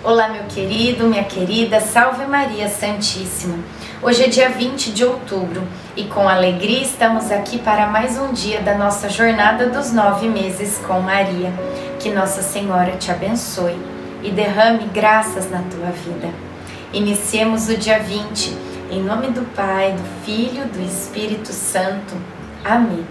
Olá, meu querido, minha querida, salve Maria Santíssima. Hoje é dia 20 de outubro e com alegria estamos aqui para mais um dia da nossa jornada dos 9 meses com Maria. Que Nossa Senhora te abençoe e derrame graças na tua vida. Iniciemos o dia 20, em nome do Pai, do Filho, do Espírito Santo. Amém.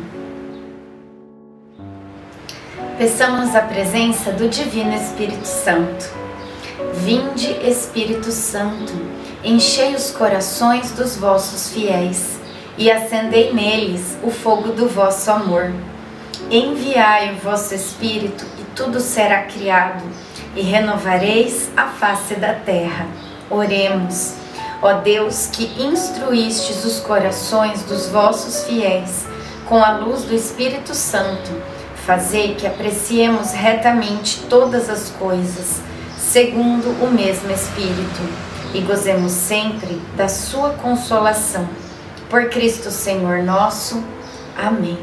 Peçamos a presença do Divino Espírito Santo. Vinde, Espírito Santo, enchei os corações dos vossos fiéis e acendei neles o fogo do vosso amor. Enviai o vosso Espírito e tudo será criado, e renovareis a face da terra. Oremos. Ó Deus, que instruístes os corações dos vossos fiéis com a luz do Espírito Santo, fazei que apreciemos retamente todas as coisas, segundo o mesmo Espírito, e gozemos sempre da sua consolação. Por Cristo Senhor nosso. Amém.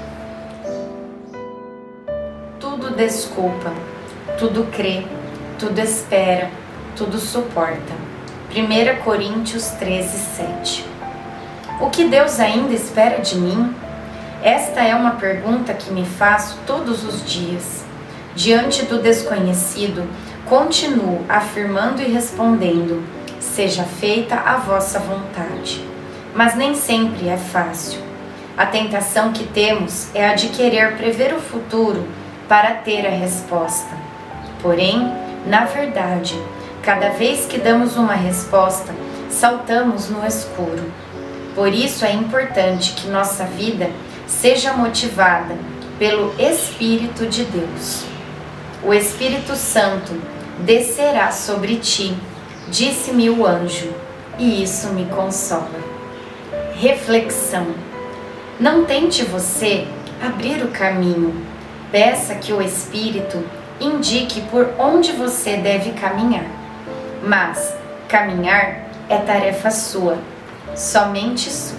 Tudo desculpa, tudo crê, tudo espera, tudo suporta. 1 Coríntios 13:7. O que Deus ainda espera de mim? Esta é uma pergunta que me faço todos os dias. Diante do desconhecido, continuo afirmando e respondendo: seja feita a vossa vontade. Mas nem sempre é fácil. A tentação que temos é a de querer prever o futuro para ter a resposta. Porém, na verdade, cada vez que damos uma resposta, saltamos no escuro. Por isso é importante que nossa vida seja motivada pelo Espírito de Deus. O Espírito Santo descerá sobre ti, disse-me o anjo, e isso me consola. Reflexão. Não tente você abrir o caminho. Peça que o Espírito indique por onde você deve caminhar. Mas caminhar é tarefa sua, somente sua.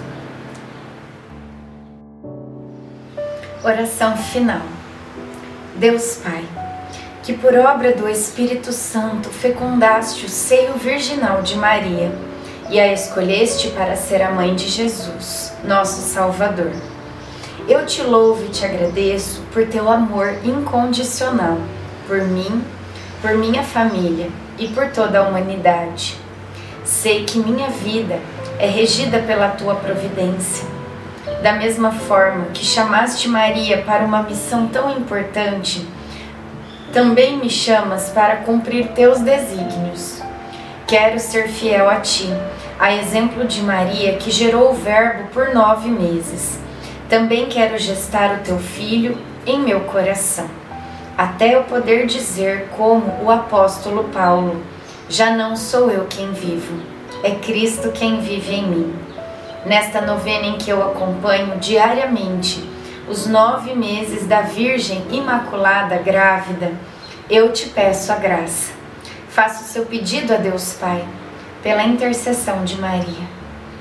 Oração final. Deus Pai, que por obra do Espírito Santo fecundaste o seio virginal de Maria e a escolheste para ser a mãe de Jesus, nosso Salvador. Eu te louvo e te agradeço por teu amor incondicional, por mim, por minha família e por toda a humanidade. Sei que minha vida é regida pela tua providência. Da mesma forma que chamaste Maria para uma missão tão importante, também me chamas para cumprir teus desígnios. Quero ser fiel a ti, a exemplo de Maria que gerou o Verbo por 9 meses. Também quero gestar o teu filho em meu coração, até eu poder dizer como o apóstolo Paulo: já não sou eu quem vivo, é Cristo quem vive em mim. Nesta novena em que eu acompanho diariamente os 9 meses da Virgem Imaculada grávida, eu te peço a graça. Faça o seu pedido a Deus Pai, pela intercessão de Maria.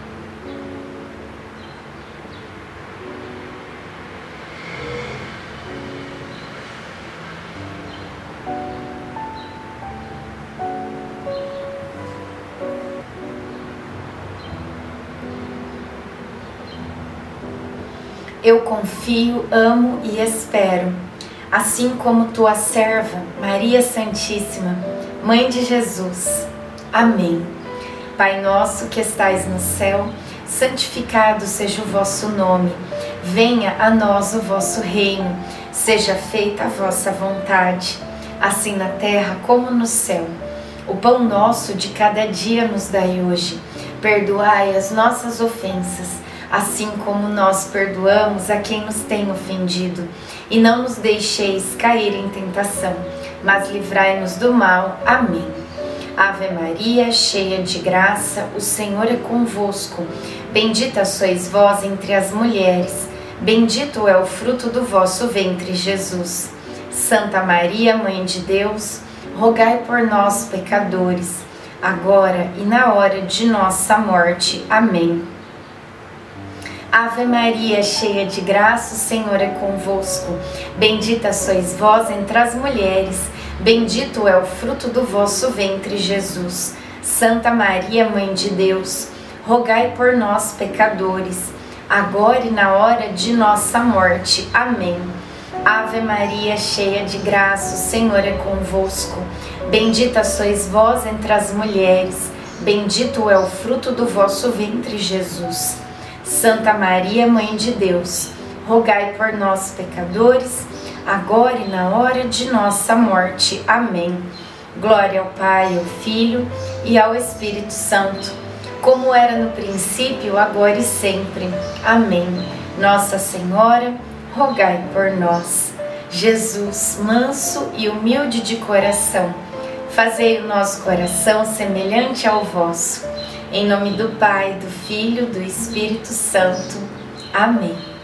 Eu confio, amo e espero, assim como tua serva, Maria Santíssima, Mãe de Jesus. Amém. Pai nosso que estais no céu, santificado seja o vosso nome. Venha a nós o vosso reino. Seja feita a vossa vontade, assim na terra como no céu. O pão nosso de cada dia nos dai hoje. Perdoai as nossas ofensas, assim como nós perdoamos a quem nos tem ofendido. E não nos deixeis cair em tentação, mas livrai-nos do mal. Amém. Ave Maria, cheia de graça, o Senhor é convosco. Bendita sois vós entre as mulheres, bendito é o fruto do vosso ventre, Jesus. Santa Maria, Mãe de Deus, rogai por nós, pecadores, agora e na hora de nossa morte. Amém. Ave Maria, cheia de graça, o Senhor é convosco. Bendita sois vós entre as mulheres, Bendito é o fruto do vosso ventre, Jesus. Santa Maria, Mãe de Deus, rogai por nós, pecadores, agora e na hora de nossa morte. Amém. Ave Maria, cheia de graça, o Senhor é convosco. Bendita sois vós entre as mulheres, bendito é o fruto do vosso ventre, Jesus. Santa Maria, Mãe de Deus, rogai por nós, pecadores, agora e na hora de nossa morte. Amém. Glória ao Pai, ao Filho e ao Espírito Santo, como era no princípio, agora e sempre. Amém. Nossa Senhora, rogai por nós. Jesus, manso e humilde de coração, fazei o nosso coração semelhante ao vosso. Em nome do Pai, do Filho e do Espírito Santo. Amém.